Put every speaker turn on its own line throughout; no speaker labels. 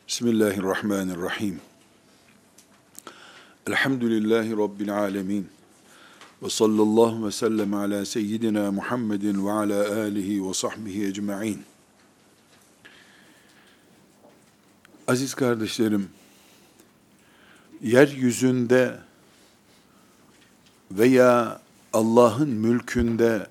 Bismillahirrahmanirrahim. Elhamdülillahi Rabbil alemin. Ve sallallahu ve sellem ala seyyidina Muhammedin ve ala alihi ve sahbihi ecma'in. Aziz kardeşlerim, yeryüzünde veya Allah'ın mülkünde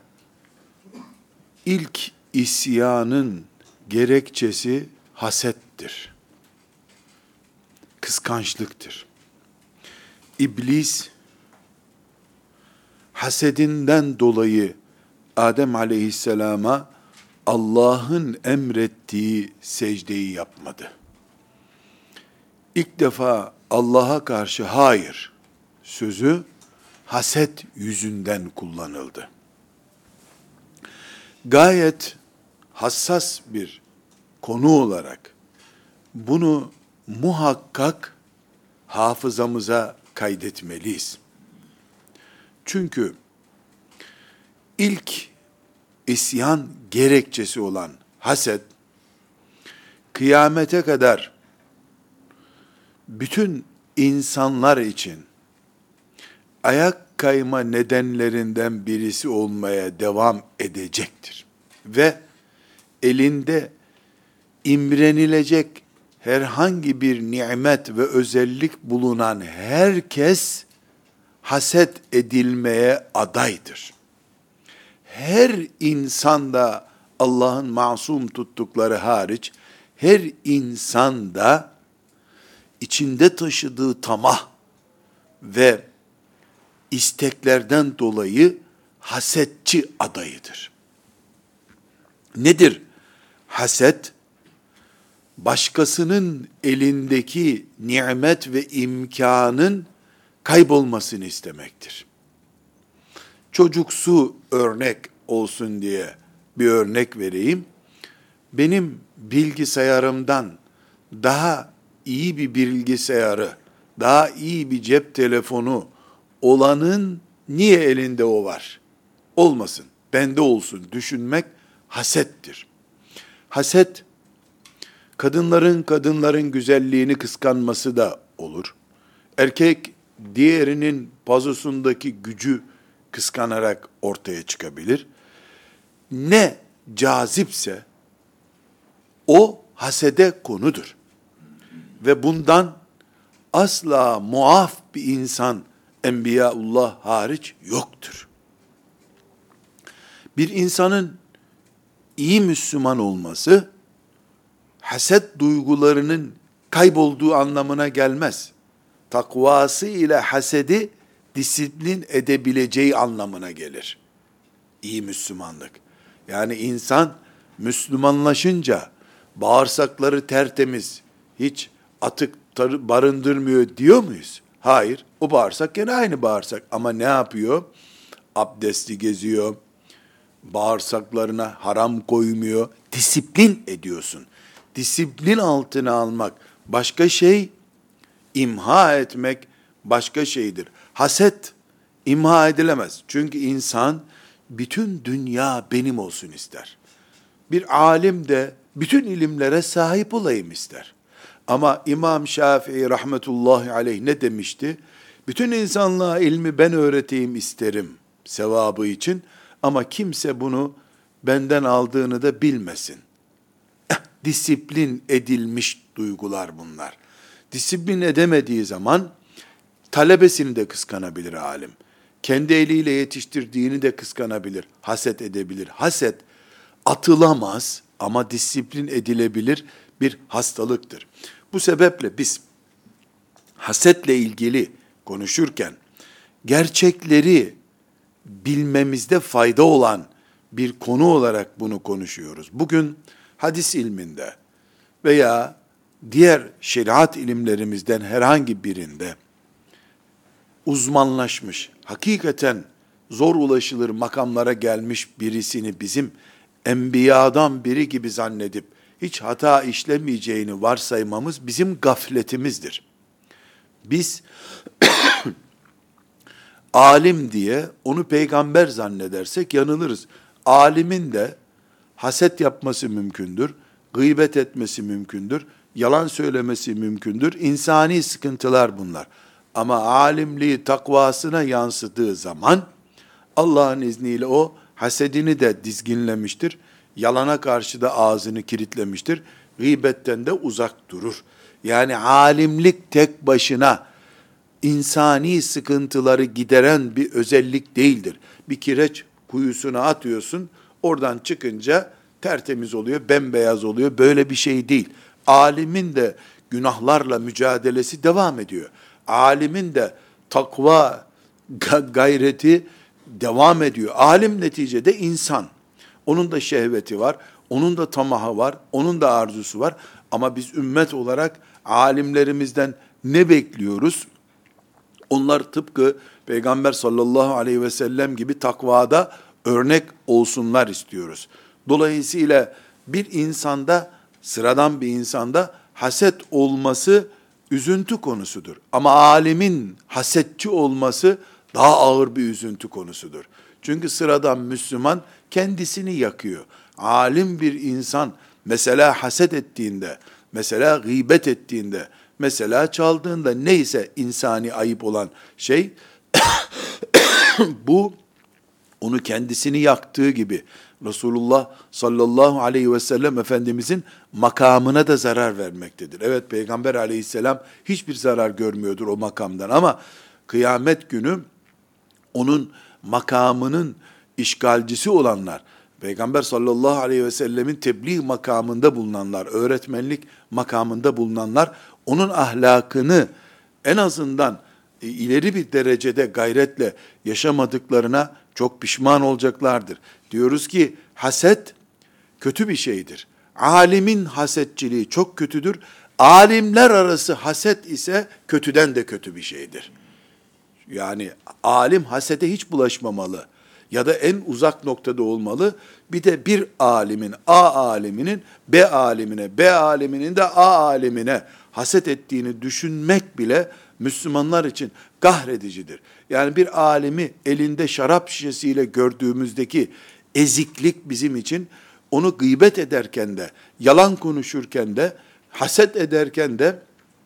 ilk isyanın gerekçesi hasettir. Kıskançlıktır. İblis hasedinden dolayı Adem aleyhisselama Allah'ın emrettiği secdeyi yapmadı. İlk defa Allah'a karşı hayır sözü haset yüzünden kullanıldı. Gayet hassas bir konu olarak bunu muhakkak hafızamıza kaydetmeliyiz. Çünkü ilk isyan gerekçesi olan haset, kıyamete kadar bütün insanlar için ayak kayma nedenlerinden birisi olmaya devam edecektir. Ve elinde imrenilecek herhangi bir nimet ve özellik bulunan herkes haset edilmeye adaydır. Her insanda Allah'ın masum tuttukları hariç her insanda içinde taşıdığı tamah ve isteklerden dolayı hasetçi adayıdır. Nedir haset? Başkasının elindeki nimet ve imkanın kaybolmasını istemektir. Çocuksu örnek olsun diye bir örnek vereyim. Benim bilgisayarımdan daha iyi bir bilgisayarı, daha iyi bir cep telefonu olanın niye elinde o var? Olmasın, bende olsun düşünmek hasettir. Haset, kadınların güzelliğini kıskanması da olur. Erkek diğerinin pazosundaki gücü kıskanarak ortaya çıkabilir. Ne cazipse o hasede konudur. Ve bundan asla muaf bir insan Enbiyaullah hariç yoktur. Bir insanın iyi Müslüman olması, haset duygularının kaybolduğu anlamına gelmez. Takvası ile hasedi disiplin edebileceği anlamına gelir. İyi Müslümanlık. Yani insan Müslümanlaşınca bağırsakları tertemiz, hiç atık barındırmıyor diyor muyuz? Hayır. O bağırsak gene aynı bağırsak. Ama ne yapıyor? Abdestli geziyor. Bağırsaklarına haram koymuyor. Disiplin ediyorsun. Disiplin altına almak başka şey, imha etmek başka şeydir. Haset imha edilemez. Çünkü insan bütün dünya benim olsun ister. Bir alim de bütün ilimlere sahip olayım ister. Ama İmam Şafii rahmetullahi aleyh ne demişti? Bütün insanlığa ilmi ben öğreteyim isterim sevabı için ama kimse bunu benden aldığını da bilmesin. Disiplin edilmiş duygular bunlar. Disiplin edemediği zaman talebesini de kıskanabilir alim. Kendi eliyle yetiştirdiğini de kıskanabilir, haset edebilir. Haset atılamaz ama disiplin edilebilir bir hastalıktır. Bu sebeple biz hasetle ilgili konuşurken gerçekleri bilmemizde fayda olan bir konu olarak bunu konuşuyoruz. Bugün hadis ilminde veya diğer şeriat ilimlerimizden herhangi birinde uzmanlaşmış, hakikaten zor ulaşılır makamlara gelmiş birisini bizim enbiyadan biri gibi zannedip hiç hata işlemeyeceğini varsaymamız bizim gafletimizdir. Biz alim diye onu peygamber zannedersek yanılırız. Alimin de haset yapması mümkündür, gıybet etmesi mümkündür, yalan söylemesi mümkündür. İnsani sıkıntılar bunlar. Ama alimliği takvasına yansıdığı zaman Allah'ın izniyle o hasedini de dizginlemiştir. Yalana karşı da ağzını kilitlemiştir. Gıybetten de uzak durur. Yani alimlik tek başına insani sıkıntıları gideren bir özellik değildir. Bir kireç kuyusuna atıyorsun, oradan çıkınca tertemiz oluyor, bembeyaz oluyor. Böyle bir şey değil. Alimin de günahlarla mücadelesi devam ediyor. Alimin de takva gayreti devam ediyor. Alim neticede insan. Onun da şehveti var, onun da tamahı var, onun da arzusu var. Ama biz ümmet olarak alimlerimizden ne bekliyoruz? Onlar tıpkı Peygamber sallallahu aleyhi ve sellem gibi takvada örnek olsunlar istiyoruz. Dolayısıyla bir insanda, sıradan bir insanda haset olması üzüntü konusudur. Ama alimin hasetçi olması daha ağır bir üzüntü konusudur. Çünkü sıradan Müslüman kendisini yakıyor. Alim bir insan mesela haset ettiğinde, mesela gıybet ettiğinde, mesela çaldığında, neyse insani ayıp olan şey, bu onu kendisini yaktığı gibi Resulullah sallallahu aleyhi ve sellem Efendimizin makamına da zarar vermektedir. Evet, Peygamber aleyhisselam hiçbir zarar görmüyordur o makamdan, ama kıyamet günü onun makamının işgalcisi olanlar, Peygamber sallallahu aleyhi ve sellemin tebliğ makamında bulunanlar, öğretmenlik makamında bulunanlar, onun ahlakını en azından ileri bir derecede gayretle yaşamadıklarına çok pişman olacaklardır. Diyoruz ki haset kötü bir şeydir. Alimin hasetçiliği çok kötüdür. Alimler arası haset ise kötüden de kötü bir şeydir. Yani alim hasete hiç bulaşmamalı ya da en uzak noktada olmalı. Bir de bir alimin, A aliminin B alimine, B aliminin de A alimine haset ettiğini düşünmek bile Müslümanlar için kahredicidir. Yani bir alimi elinde şarap şişesiyle gördüğümüzdeki eziklik bizim için, onu gıybet ederken de, yalan konuşurken de, haset ederken de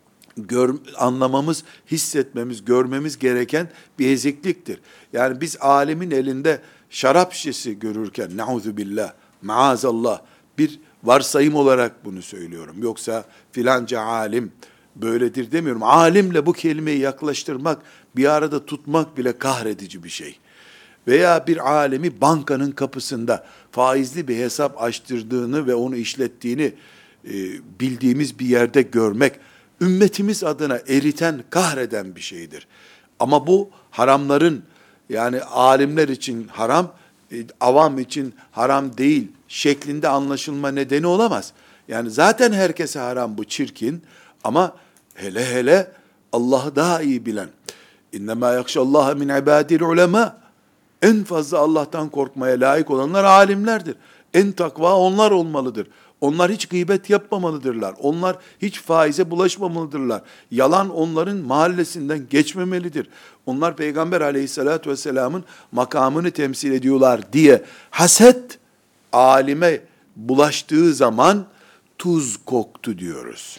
anlamamız, hissetmemiz, görmemiz gereken bir ezikliktir. Yani biz alimin elinde şarap şişesi görürken, neuzubillah, maazallah, bir varsayım olarak bunu söylüyorum. Yoksa filanca alim böyledir demiyorum. Alimle bu kelimeyi yaklaştırmak, bir arada tutmak bile kahredici bir şey. Veya bir alimi bankanın kapısında faizli bir hesap açtırdığını ve onu işlettiğini bildiğimiz bir yerde görmek, ümmetimiz adına eriten, kahreden bir şeydir. Ama bu haramların, yani alimler için haram, avam için haram değil şeklinde anlaşılma nedeni olamaz. Yani zaten herkese haram, bu çirkin, ama hele hele Allah'ı daha iyi bilen, İnnemâ yakşallâhe min ibâdil ulemâ, en fazla Allah'tan korkmaya layık olanlar alimlerdir. En takva onlar olmalıdır. Onlar hiç gıybet yapmamalıdırlar. Onlar hiç faize bulaşmamalıdırlar. Yalan onların mahallesinden geçmemelidir. Onlar Peygamber aleyhissalatü vesselamın makamını temsil ediyorlar diye haset alime bulaştığı zaman tuz koktu diyoruz.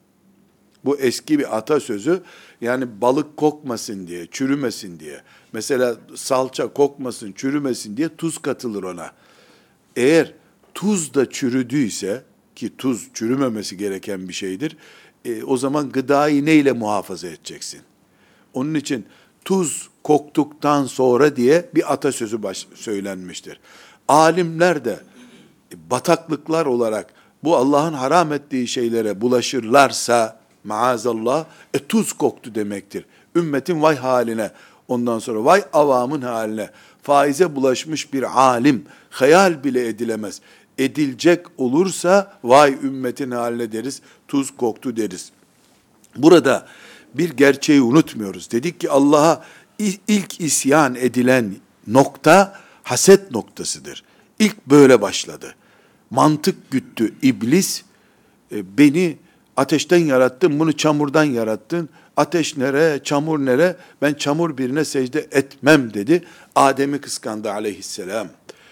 Bu eski bir atasözü. Yani balık kokmasın diye, çürümesin diye. Mesela salça kokmasın, çürümesin diye tuz katılır ona. Eğer tuz da çürüdüyse, ki tuz çürümemesi gereken bir şeydir, o zaman gıdayı neyle muhafaza edeceksin? Onun için tuz koktuktan sonra diye bir atasözü söylenmiştir. Alimler de bataklıklar olarak bu Allah'ın haram ettiği şeylere bulaşırlarsa, maazallah, tuz koktu demektir. Ümmetin vay haline, ondan sonra vay avamın haline. Faize bulaşmış bir alim hayal bile edilemez. Edilecek olursa vay ümmetin haline deriz, tuz koktu deriz. Burada bir gerçeği unutmuyoruz. Dedik ki Allah'a ilk isyan edilen nokta haset noktasıdır. İlk böyle başladı. Mantık güttü. İblis, beni ateşten yarattın, bunu çamurdan yarattın. Ateş nere, çamur nere? Ben çamur birine secde etmem dedi. Adem'i kıskandı aleyhisselam.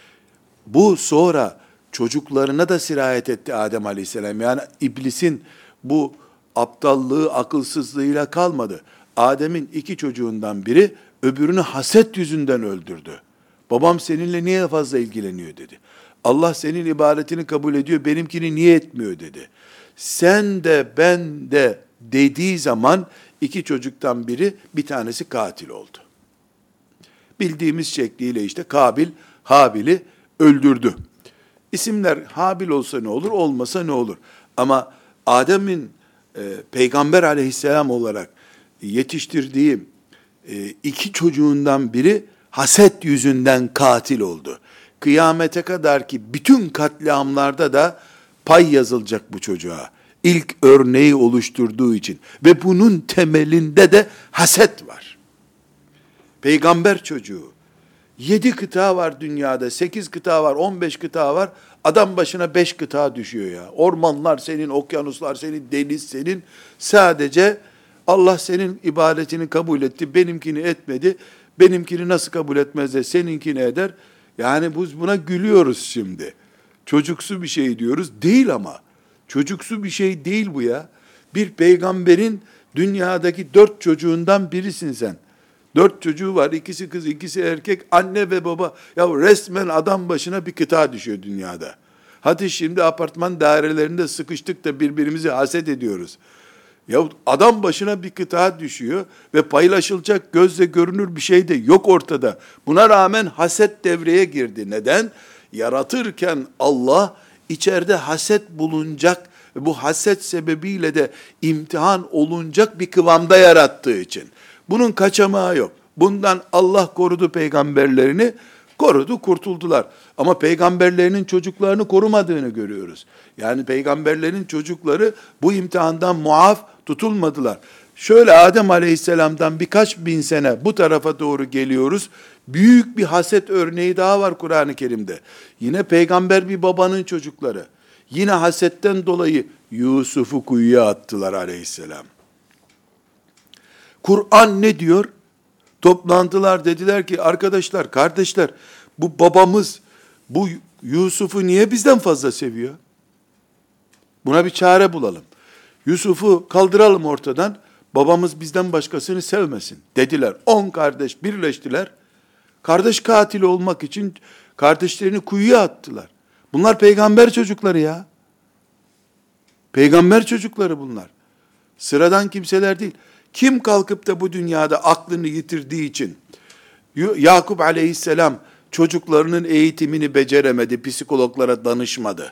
Bu sonra çocuklarına da sirayet etti Adem aleyhisselam. Yani iblisin bu aptallığı, akılsızlığıyla kalmadı. Adem'in 2 çocuğundan biri öbürünü haset yüzünden öldürdü. Babam seninle niye fazla ilgileniyor dedi. Allah senin ibadetini kabul ediyor, benimkini niye etmiyor dedi. Sen de ben de dediği zaman 2 çocuktan biri, bir tanesi katil oldu. Bildiğimiz şekliyle işte Kabil Habil'i öldürdü. İsimler Habil olsa ne olur, olmasa ne olur? Ama Adem'in Peygamber aleyhisselam olarak yetiştirdiği 2 çocuğundan biri haset yüzünden katil oldu. Kıyamete kadar ki bütün katliamlarda da pay yazılacak bu çocuğa. İlk örneği oluşturduğu için. Ve bunun temelinde de haset var. Peygamber çocuğu. 7 kıta var dünyada, 8 kıta var, 15 kıta var. Adam başına 5 kıta düşüyor ya. Ormanlar senin, okyanuslar senin, deniz senin. Sadece Allah senin ibadetini kabul etti, benimkini etmedi. Benimkini nasıl kabul etmez de seninkini eder. Yani biz buna gülüyoruz şimdi. Çocuksu bir şey diyoruz. Değil ama. Çocuksu bir şey değil bu ya. Bir peygamberin dünyadaki 4 çocuğundan birisin sen. 4 çocuğu var. 2'si kız, 2'si erkek. Anne ve baba. Ya resmen adam başına bir kıta düşüyor dünyada. Hadi şimdi apartman dairelerinde sıkıştık da birbirimizi haset ediyoruz. Ya adam başına bir kıta düşüyor ve paylaşılacak gözle görünür bir şey de yok ortada. Buna rağmen haset devreye girdi. Neden? Yaratırken Allah içeride haset bulunacak ve bu haset sebebiyle de imtihan olunacak bir kıvamda yarattığı için. Bunun kaçamağı yok. Bundan Allah korudu peygamberlerini, korudu, kurtuldular. Ama peygamberlerinin çocuklarını korumadığını görüyoruz. Yani peygamberlerin çocukları bu imtihandan muaf tutulmadılar. Şöyle Adem Aleyhisselam'dan birkaç bin sene bu tarafa doğru geliyoruz. Büyük bir haset örneği daha var Kur'an-ı Kerim'de. Yine peygamber bir babanın çocukları. Yine hasetten dolayı Yusuf'u kuyuya attılar Aleyhisselam. Kur'an ne diyor? Toplantılar, dediler ki arkadaşlar, kardeşler, bu babamız bu Yusuf'u niye bizden fazla seviyor? Buna bir çare bulalım. Yusuf'u kaldıralım ortadan, babamız bizden başkasını sevmesin dediler. 10 kardeş birleştiler. Kardeş katili olmak için kardeşlerini kuyuya attılar. Bunlar peygamber çocukları ya. Peygamber çocukları bunlar. Sıradan kimseler değil. Kim kalkıp da bu dünyada aklını yitirdiği için Yakup Aleyhisselam çocuklarının eğitimini beceremedi, psikologlara danışmadı.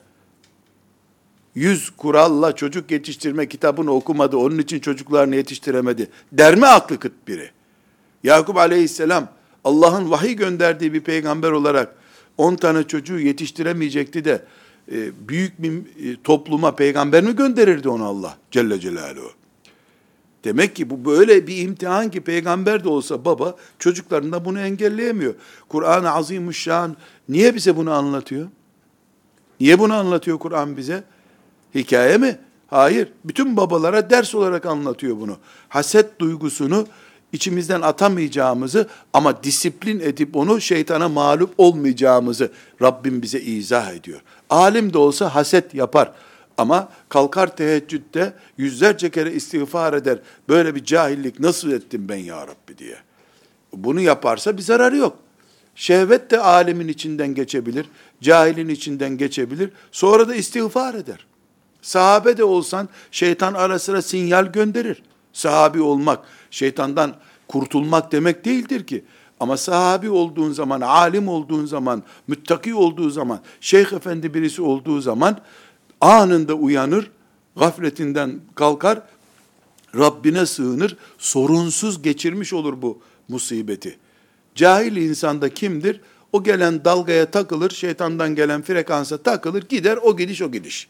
100 kuralla çocuk yetiştirme kitabını okumadı, onun için çocuklarını yetiştiremedi. Der mi aklı kıt biri? Yakup Aleyhisselam Allah'ın vahiy gönderdiği bir peygamber olarak 10 tane çocuğu yetiştiremeyecekti de büyük bir topluma peygamber mi gönderirdi onu Allah Celle Celaluhu? Demek ki bu böyle bir imtihan ki peygamber de olsa baba çocuklarında bunu engelleyemiyor. Kur'an-ı Azimuşşan niye bize bunu anlatıyor? Niye bunu anlatıyor Kur'an bize? Hikaye mi? Hayır. Bütün babalara ders olarak anlatıyor bunu. Haset duygusunu içimizden atamayacağımızı ama disiplin edip onu şeytana mağlup olmayacağımızı Rabbim bize izah ediyor. Alim de olsa haset yapar. Ama kalkar teheccüde yüzlerce kere istiğfar eder. Böyle bir cahillik nasıl ettim ben ya Rabbi diye. Bunu yaparsa bir zararı yok. Şehvet de alemin içinden geçebilir. Cahilin içinden geçebilir. Sonra da istiğfar eder. Sahabe de olsan şeytan ara sıra sinyal gönderir. Sahabi olmak, şeytandan kurtulmak demek değildir ki. Ama sahabi olduğun zaman, alim olduğun zaman, müttaki olduğu zaman, şeyh efendi birisi olduğu zaman anında uyanır, gafletinden kalkar, Rabbine sığınır, sorunsuz geçirmiş olur bu musibeti. Cahil insanda kimdir? O gelen dalgaya takılır, şeytandan gelen frekansa takılır, gider o gidiş o gidiş.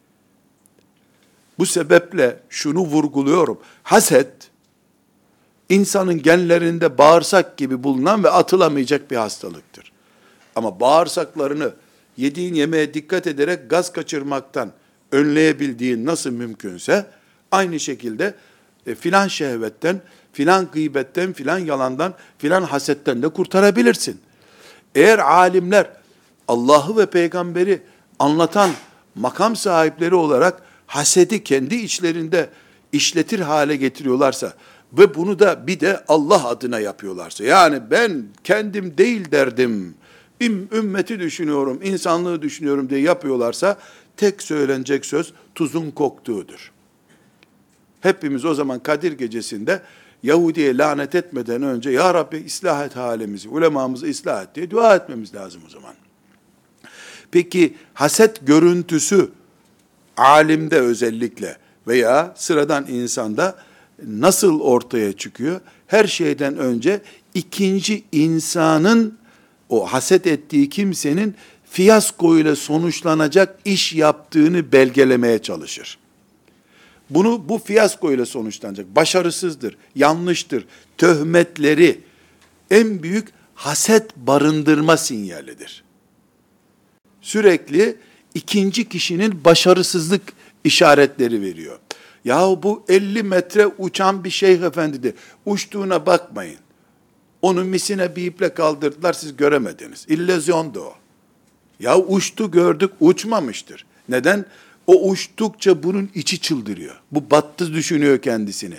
Bu sebeple şunu vurguluyorum. Haset, insanın genlerinde bağırsak gibi bulunan ve atılamayacak bir hastalıktır. Ama bağırsaklarını yediğin yemeğe dikkat ederek gaz kaçırmaktan önleyebildiğin nasıl mümkünse, aynı şekilde filan şehvetten, filan gıybetten, filan yalandan, filan hasetten de kurtarabilirsin. Eğer alimler Allah'ı ve peygamberi anlatan makam sahipleri olarak hasedi kendi içlerinde işletir hale getiriyorlarsa ve bunu da bir de Allah adına yapıyorlarsa, yani ben kendim değil derdim, ümmeti düşünüyorum, insanlığı düşünüyorum diye yapıyorlarsa, tek söylenecek söz tuzun koktuğudur. Hepimiz o zaman Kadir Gecesi'nde Yahudi'ye lanet etmeden önce ya Rabbi ıslah et halimizi, ulemamızı ıslah et diye dua etmemiz lazım o zaman. Peki haset görüntüsü alimde özellikle veya sıradan insanda nasıl ortaya çıkıyor? Her şeyden önce ikinci insanın, o haset ettiği kimsenin fiyasko ile sonuçlanacak iş yaptığını belgelemeye çalışır. Bu fiyasko ile sonuçlanacak. Başarısızdır, yanlıştır. Töhmetleri en büyük haset barındırma sinyalidir. Sürekli ikinci kişinin başarısızlık işaretleri veriyor. Yahu bu 50 metre uçan bir şeyh efendidir. Uçtuğuna bakmayın. Onu misine bir iple kaldırdılar, siz göremediniz. İllüzyondu o. Ya uçtu gördük, uçmamıştır. Neden? O uçtukça bunun içi çıldırıyor. Bu battı düşünüyor kendisini.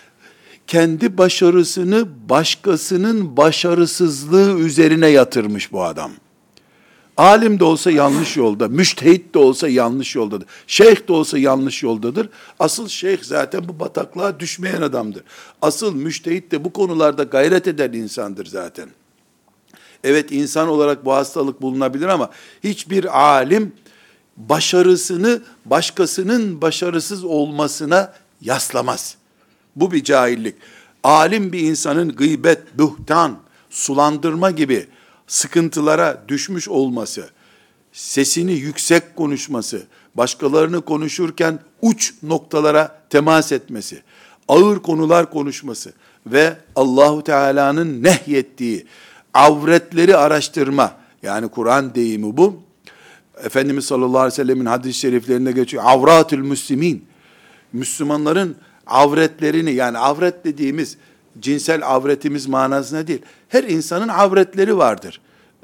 Kendi başarısını başkasının başarısızlığı üzerine yatırmış bu adam. Alim de olsa yanlış yolda, müştehit de olsa yanlış yoldadır. Şeyh de olsa yanlış yoldadır. Asıl şeyh zaten bu bataklığa düşmeyen adamdır. Asıl müştehit de bu konularda gayret eden insandır zaten. Evet, insan olarak bu hastalık bulunabilir ama hiçbir alim başarısını başkasının başarısız olmasına yaslamaz. Bu bir cahillik. Alim bir insanın gıybet, bühtan, sulandırma gibi sıkıntılara düşmüş olması, sesini yüksek konuşması, başkalarını konuşurken uç noktalara temas etmesi, ağır konular konuşması ve Allahu Teala'nın nehyettiği avretleri araştırma, yani Kur'an deyimi bu. Efendimiz sallallahu aleyhi ve sellemin hadis-i şeriflerinde geçiyor. Avratül müslimin. Müslümanların avretlerini, yani avret dediğimiz cinsel avretimiz manasına değil. Her insanın avretleri vardır.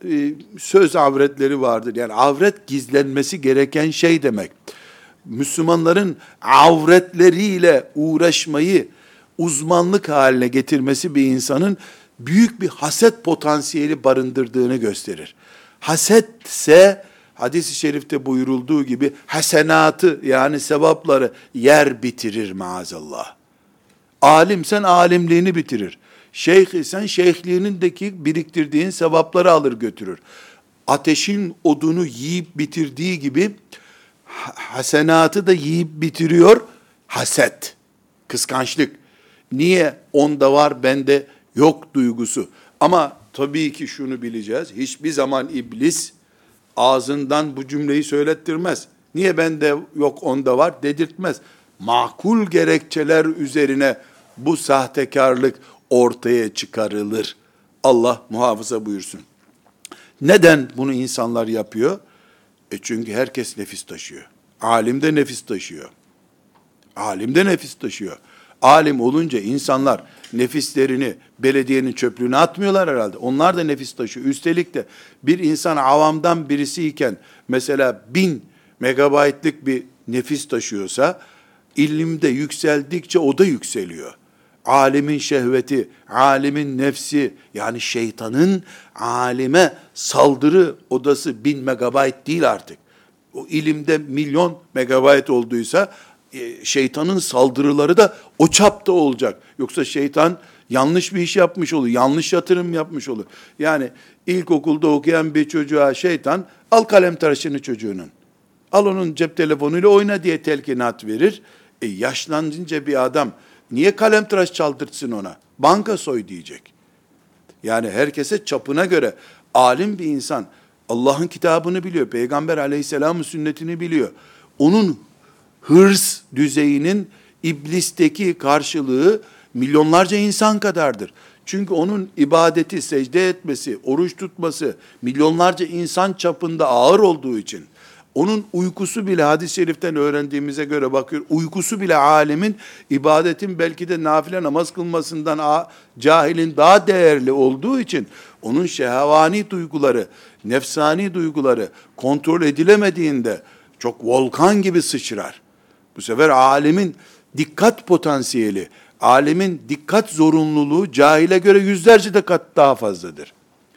Söz avretleri vardır. Yani avret gizlenmesi gereken şey demek. Müslümanların avretleriyle uğraşmayı uzmanlık haline getirmesi bir insanın büyük bir haset potansiyeli barındırdığını gösterir. Hasetse hadis-i şerifte buyurulduğu gibi hasenatı, yani sevapları yer bitirir maazallah. Alimsen alimliğini bitirir. Şeyh isen şeyhliğinindeki biriktirdiğin sevapları alır götürür. Ateşin odunu yiyip bitirdiği gibi hasenatı da yiyip bitiriyor haset, kıskançlık. Niye onda var bende yok duygusu. Ama tabii ki şunu bileceğiz. Hiçbir zaman iblis ağzından bu cümleyi söylettirmez. Niye bende yok onda var dedirtmez. Makul gerekçeler üzerine bu sahtekarlık ortaya çıkarılır. Allah muhafaza buyursun. Neden bunu insanlar yapıyor? Çünkü herkes nefis taşıyor. Alim de nefis taşıyor. Alim de nefis taşıyor. Alim olunca insanlar nefislerini belediyenin çöplüğüne atmıyorlar herhalde. Onlar da nefis taşıyor. Üstelik de bir insan avamdan birisiyken mesela 1000 megabaytlık bir nefis taşıyorsa, ilimde yükseldikçe o da yükseliyor. Alimin şehveti, alimin nefsi, yani şeytanın alime saldırı odası 1000 megabayt değil artık. O ilimde milyon megabayt olduysa şeytanın saldırıları da o çapta olacak. Yoksa şeytan yanlış bir iş yapmış olur, yanlış yatırım yapmış olur. Yani ilkokulda okuyan bir çocuğa şeytan, al kalem tıraşını çocuğunun, al onun cep telefonuyla oyna diye telkinat verir. Yaşlanınca bir adam niye kalem tıraş çaldırtsın ona? Banka soy diyecek. Yani herkese çapına göre. Alim bir insan Allah'ın kitabını biliyor, Peygamber aleyhisselamın sünnetini biliyor. Onun hırs düzeyinin iblisteki karşılığı milyonlarca insan kadardır. Çünkü onun ibadeti, secde etmesi, oruç tutması milyonlarca insan çapında ağır olduğu için, onun uykusu bile, hadis-i şeriften öğrendiğimize göre bakıyor, uykusu bile alemin, ibadetin belki de nafile namaz kılmasından cahilin daha değerli olduğu için, onun şehvani duyguları, nefsani duyguları kontrol edilemediğinde çok volkan gibi sıçrar. Bu sefer alemin dikkat potansiyeli, alemin dikkat zorunluluğu cahile göre yüzlerce de kat daha fazladır.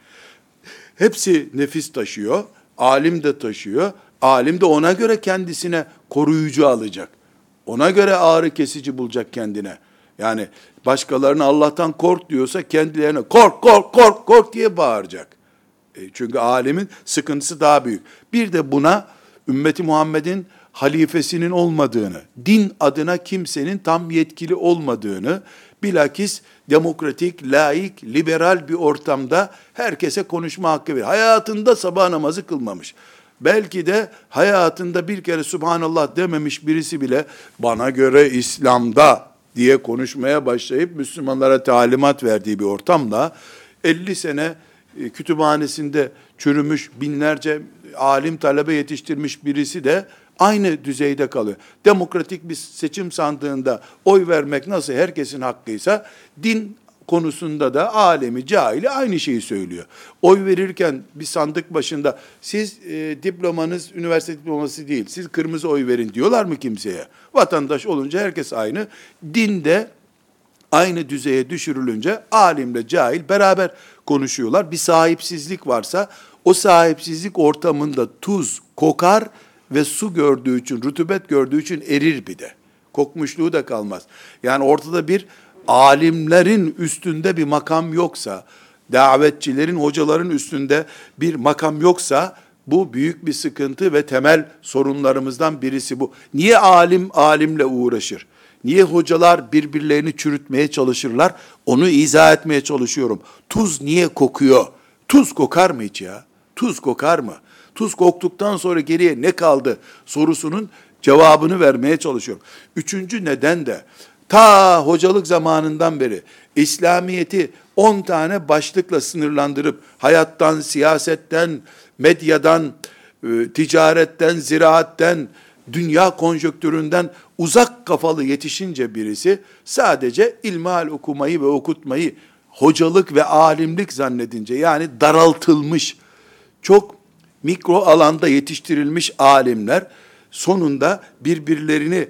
Hepsi nefis taşıyor, alim de taşıyor. Alim de ona göre kendisine koruyucu alacak. Ona göre ağrı kesici bulacak kendine. Yani başkalarına Allah'tan kork diyorsa kendilerine kork, kork, kork, kork diye bağıracak. Çünkü alemin sıkıntısı daha büyük. Bir de buna ümmeti Muhammed'in halifesinin olmadığını, din adına kimsenin tam yetkili olmadığını, bilakis demokratik, laik, liberal bir ortamda herkese konuşma hakkı verir. Hayatında sabah namazı kılmamış. Belki de hayatında bir kere Subhanallah dememiş birisi bile bana göre İslam'da diye konuşmaya başlayıp Müslümanlara talimat verdiği bir ortamda 50 sene kütüphanesinde çürümüş binlerce alim talebe yetiştirmiş birisi de aynı düzeyde kalıyor. Demokratik bir seçim sandığında oy vermek nasıl herkesin hakkıysa, din konusunda da alemi, cahili aynı şeyi söylüyor. Oy verirken bir sandık başında siz diplomanız üniversite diploması değil, siz kırmızı oy verin diyorlar mı kimseye? Vatandaş olunca herkes aynı. Dinde aynı düzeye düşürülünce alimle cahil beraber konuşuyorlar. Bir sahipsizlik varsa o sahipsizlik ortamında tuz kokar ve su gördüğü için, rutubet gördüğü için erir bir de. Kokmuşluğu da kalmaz. Yani ortada bir alimlerin üstünde bir makam yoksa, davetçilerin, hocaların üstünde bir makam yoksa, bu büyük bir sıkıntı ve temel sorunlarımızdan birisi bu. Niye alim alimle uğraşır? Niye hocalar birbirlerini çürütmeye çalışırlar? Onu izah etmeye çalışıyorum. Tuz niye kokuyor? Tuz kokar mı hiç ya? Tuz kokar mı? Tuz koktuktan sonra geriye ne kaldı sorusunun cevabını vermeye çalışıyorum. Üçüncü neden de ta hocalık zamanından beri İslamiyet'i 10 tane başlıkla sınırlandırıp hayattan, siyasetten, medyadan, ticaretten, ziraatten, dünya konjonktüründen uzak kafalı yetişince birisi sadece ilmihal okumayı ve okutmayı hocalık ve alimlik zannedince, yani daraltılmış, çok mikro alanda yetiştirilmiş alimler sonunda birbirlerini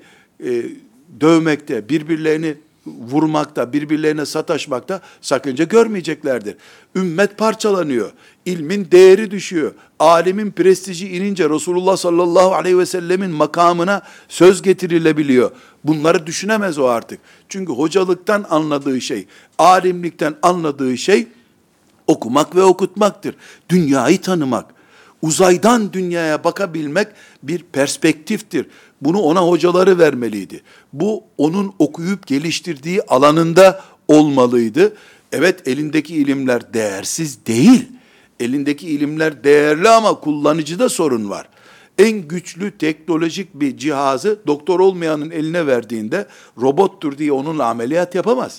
dövmekte, birbirlerini vurmakta, birbirlerine sataşmakta sakınca görmeyeceklerdir. Ümmet parçalanıyor. İlmin değeri düşüyor. Alimin prestiji inince Resulullah sallallahu aleyhi ve sellemin makamına söz getirilebiliyor. Bunları düşünemez o artık. Çünkü hocalıktan anladığı şey, alimlikten anladığı şey okumak ve okutmaktır. Dünyayı tanımak, uzaydan dünyaya bakabilmek bir perspektiftir. Bunu ona hocaları vermeliydi. Bu onun okuyup geliştirdiği alanında olmalıydı. Evet, elindeki ilimler değersiz değil. Elindeki ilimler değerli ama kullanıcıda sorun var. En güçlü teknolojik bir cihazı doktor olmayanın eline verdiğinde robottur diye onunla ameliyat yapamaz.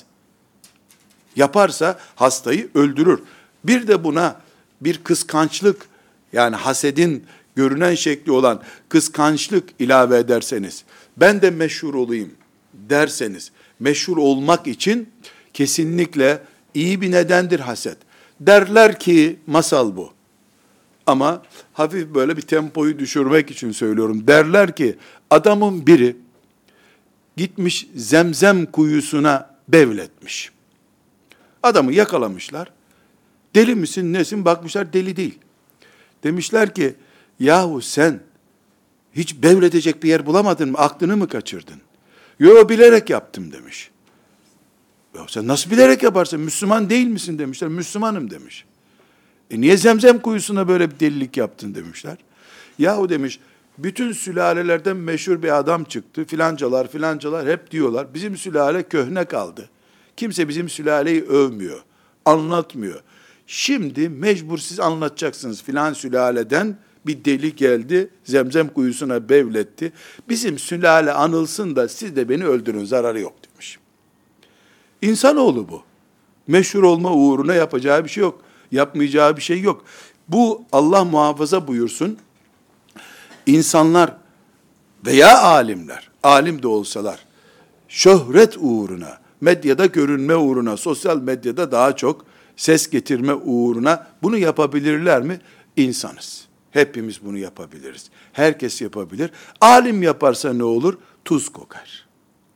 Yaparsa hastayı öldürür. Bir de buna bir kıskançlık, yani hasedin görünen şekli olan kıskançlık ilave ederseniz, ben de meşhur olayım derseniz, meşhur olmak için kesinlikle iyi bir nedendir haset. Derler ki masal bu. Ama hafif böyle bir tempoyu düşürmek için söylüyorum. Derler ki adamın biri gitmiş Zemzem kuyusuna bevletmiş. Adamı yakalamışlar. Deli misin nesin? Bakmışlar deli değil. Demişler ki yahu sen hiç bevledecek bir yer bulamadın mı? Aklını mı kaçırdın? Yo, bilerek yaptım demiş. Ya sen nasıl bilerek yaparsın? Müslüman değil misin demişler. Müslümanım demiş. Niye Zemzem kuyusuna böyle bir delilik yaptın demişler. Yahu demiş, bütün sülalelerden meşhur bir adam çıktı. Filancalar filancalar hep diyorlar. Bizim sülale köhne kaldı. Kimse bizim sülaleyi övmüyor. Anlatmıyor. Şimdi mecbur siz anlatacaksınız. Filan sülaleden bir deli geldi, Zemzem kuyusuna bevletti. Bizim sülale anılsın da siz de beni öldürün, zararı yok demiş. İnsanoğlu bu. Meşhur olma uğruna yapacağı bir şey yok. Yapmayacağı bir şey yok. Bu Allah muhafaza buyursun. İnsanlar veya alimler, alim de olsalar, şöhret uğruna, medyada görünme uğruna, sosyal medyada daha çok ses getirme uğruna bunu yapabilirler mi? İnsanız. Hepimiz bunu yapabiliriz. Herkes yapabilir. Alim yaparsa ne olur? tuz kokar.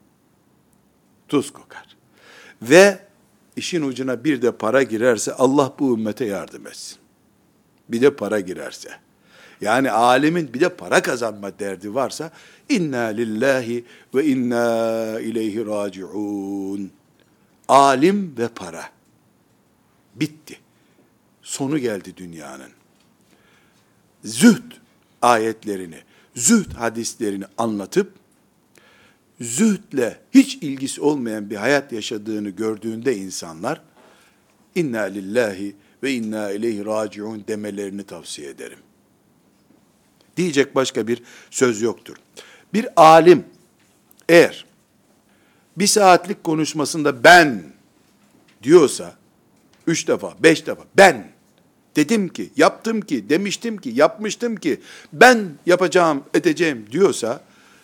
Tuz kokar. Ve işin ucuna bir de para girerse Allah bu ümmete yardım etsin. Bir de para girerse. Yani alimin bir de para kazanma derdi varsa inna lillahi ve inna ileyhi raciun. Alim ve para. Bitti. Sonu geldi dünyanın. Zühd ayetlerini, zühd hadislerini anlatıp zühdle hiç ilgisi olmayan bir hayat yaşadığını gördüğünde insanlar inna lillahi ve inna ileyhi raciun demelerini tavsiye ederim. Diyecek başka bir söz yoktur. Bir alim eğer bir saatlik konuşmasında ben diyorsa 3 defa, 5 defa ben dedim ki, yaptım ki, demiştim ki, yapmıştım ki, ben yapacağım, edeceğim diyorsa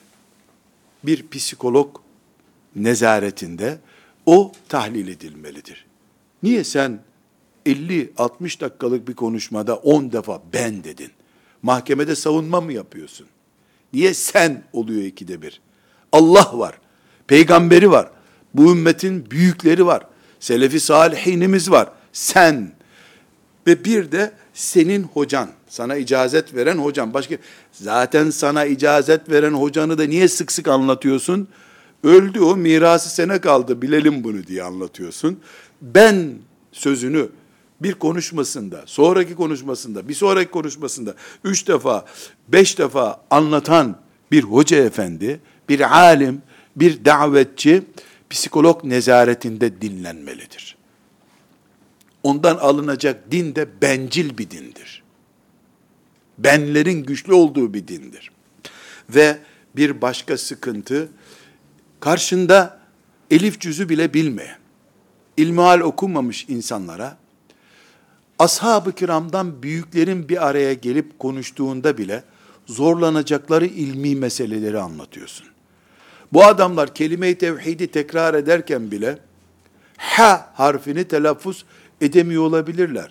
bir psikolog nezaretinde o tahlil edilmelidir. Niye sen 50-60 dakikalık bir konuşmada 10 defa ben dedin? Mahkemede savunma mı yapıyorsun? Niye sen oluyor 2'de 1? Allah var, peygamberi var, bu ümmetin büyükleri var, selefi salihinimiz var, sen ve bir de senin hocan, sana icazet veren hocan, başka zaten sana icazet veren hocanı da niye sık sık anlatıyorsun? Öldü o, mirası sana kaldı, bilelim bunu diye anlatıyorsun. Ben sözünü bir konuşmasında, sonraki konuşmasında, bir sonraki konuşmasında 3 defa, 5 defa anlatan bir hoca efendi, bir alim, bir davetçi, psikolog nezaretinde dinlenmelidir. Ondan alınacak din de bencil bir dindir. Benlerin güçlü olduğu bir dindir. Ve bir başka sıkıntı, karşında elif cüzü bile bilmeyen, ilmihal okunmamış insanlara, ashab-ı kiramdan büyüklerin bir araya gelip konuştuğunda bile zorlanacakları ilmi meseleleri anlatıyorsun. Bu adamlar kelime-i tevhidi tekrar ederken bile ha harfini telaffuz edemiyor olabilirler.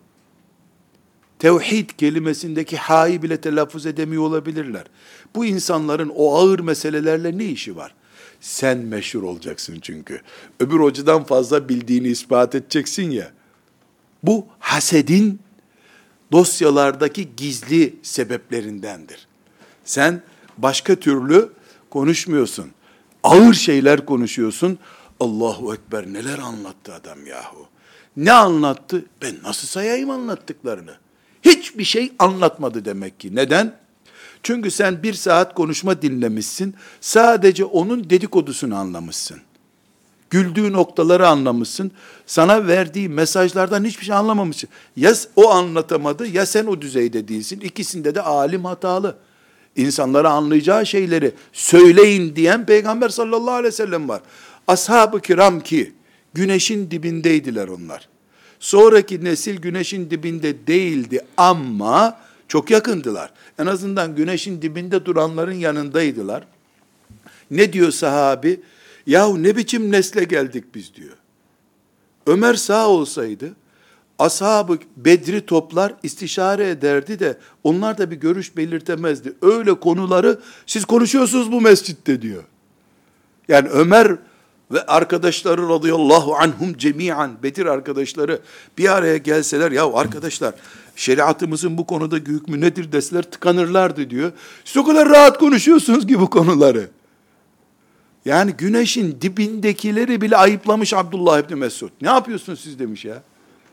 Tevhid kelimesindeki ha'yı bile telaffuz edemiyor olabilirler. Bu insanların o ağır meselelerle ne işi var? Sen meşhur olacaksın çünkü. Öbür hocadan fazla bildiğini ispat edeceksin ya. Bu hasedin dosyalardaki gizli sebeplerindendir. Sen başka türlü konuşmuyorsun. Ağır şeyler konuşuyorsun. Allahu Ekber, neler anlattı adam yahu. Ne anlattı? Ben nasıl sayayım anlattıklarını? Hiçbir şey anlatmadı demek ki. Neden? Çünkü sen 1 saat konuşma dinlemişsin. Sadece onun dedikodusunu anlamışsın. Güldüğü noktaları anlamışsın. Sana verdiği mesajlardan hiçbir şey anlamamışsın. Ya o anlatamadı, ya sen o düzeyde değilsin. İkisinde de alim hatalı. İnsanlara anlayacağı şeyleri söyleyin diyen Peygamber sallallahu aleyhi ve sellem var. Ashab-ı kiram ki güneşin dibindeydiler onlar. Sonraki nesil güneşin dibinde değildi ama çok yakındılar. En azından güneşin dibinde duranların yanındaydılar. Ne diyor sahabi? Yahu ne biçim nesle geldik biz diyor. Ömer sağ olsaydı ashab-ı Bedri toplar istişare ederdi de onlar da bir görüş belirtemezdi. Öyle konuları siz konuşuyorsunuz bu mescitte diyor. Yani Ömer ve arkadaşları radıyallahu anhum cemiyan, Bedir arkadaşları bir araya gelseler, ya arkadaşlar şeriatımızın bu konuda hükmü nedir deseler tıkanırlardı diyor. Siz o kadar rahat konuşuyorsunuz ki bu konuları. Yani güneşin dibindekileri bile ayıplamış Abdullah İbni Mesud. Ne yapıyorsunuz siz demiş ya.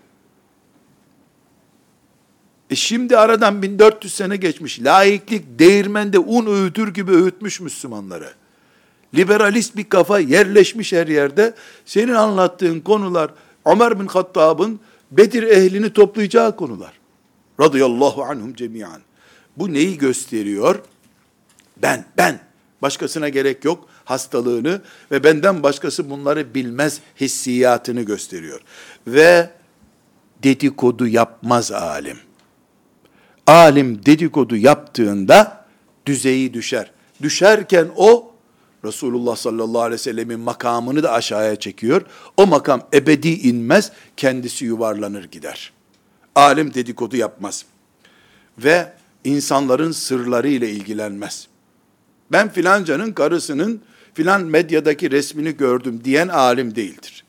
Şimdi aradan 1400 sene geçmiş. Laiklik değirmende un öğütür gibi öğütmüş Müslümanları. Liberalist bir kafa yerleşmiş her yerde. Senin anlattığın konular Ömer bin Hattab'ın Bedir ehlini toplayacağı konular. Radıyallahu anhum cemiyan. Bu neyi gösteriyor? Ben. Başkasına gerek yok hastalığını ve benden başkası bunları bilmez hissiyatını gösteriyor. Ve dedikodu yapmaz alim. Alim dedikodu yaptığında düzeyi düşer. Düşerken o Resulullah sallallahu aleyhi ve sellemin makamını da aşağıya çekiyor. O makam ebedi inmez, kendisi yuvarlanır gider. Alim dedikodu yapmaz. Ve insanların sırları ile ilgilenmez. Ben filancanın karısının filan medyadaki resmini gördüm diyen alim değildir.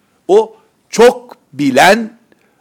O çok bilen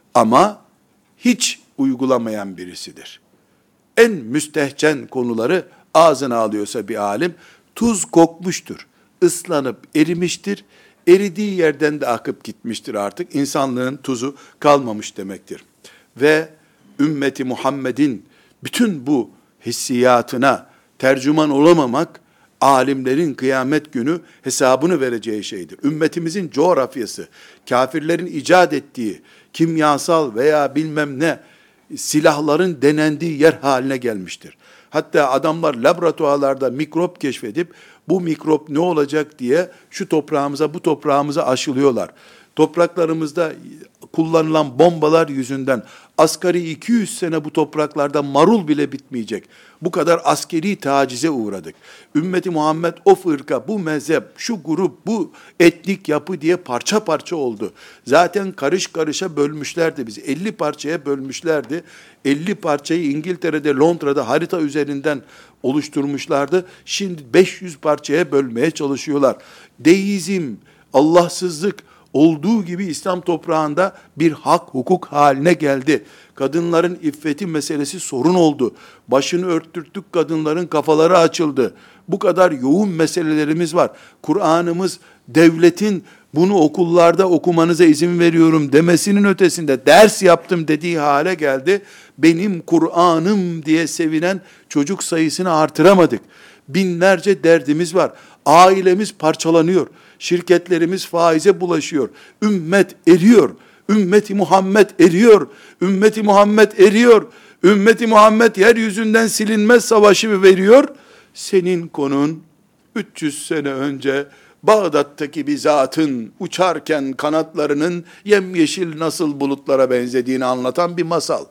ama hiç uygulamayan birisidir. En müstehcen konuları ağzına alıyorsa bir alim, tuz kokmuştur, ıslanıp erimiştir, eridiği yerden de akıp gitmiştir artık. İnsanlığın tuzu kalmamış demektir. Ve ümmeti Muhammed'in bütün bu hissiyatına tercüman olamamak, alimlerin kıyamet günü hesabını vereceği şeydir. Ümmetimizin coğrafyası, kafirlerin icat ettiği kimyasal veya bilmem ne silahların denendiği yer haline gelmiştir. Hatta adamlar laboratuvarlarda mikrop keşfedip bu mikrop ne olacak diye şu toprağımıza bu toprağımıza aşılıyorlar. Topraklarımızda kullanılan bombalar yüzünden asgari 200 sene bu topraklarda marul bile bitmeyecek. Bu kadar askeri tacize uğradık. Ümmeti Muhammed o fırka, bu mezhep, şu grup, bu etnik yapı diye parça parça oldu. Zaten karış karışa bölmüşlerdi bizi. 50 parçaya bölmüşlerdi. 50 parçayı İngiltere'de, Londra'da harita üzerinden oluşturmuşlardı. Şimdi 500 parçaya bölmeye çalışıyorlar. Deizm, Allahsızlık olduğu gibi İslam toprağında bir hak, hukuk haline geldi. Kadınların iffeti meselesi sorun oldu. Başını örttürttük, kadınların kafaları açıldı. Bu kadar yoğun meselelerimiz var. Kur'an'ımız devletin bunu okullarda okumanıza izin veriyorum demesinin ötesinde ders yaptım dediği hale geldi. Benim Kur'an'ım diye sevinen çocuk sayısını artıramadık. Binlerce derdimiz var. Ailemiz parçalanıyor. Şirketlerimiz faize bulaşıyor. Ümmet eriyor. Ümmeti Muhammed eriyor. Ümmeti Muhammed eriyor. Ümmeti Muhammed yeryüzünden silinmez savaşı veriyor. Senin konun 300 sene önce Bağdat'taki bir zatın uçarken kanatlarının yemyeşil nasıl bulutlara benzediğini anlatan bir masal.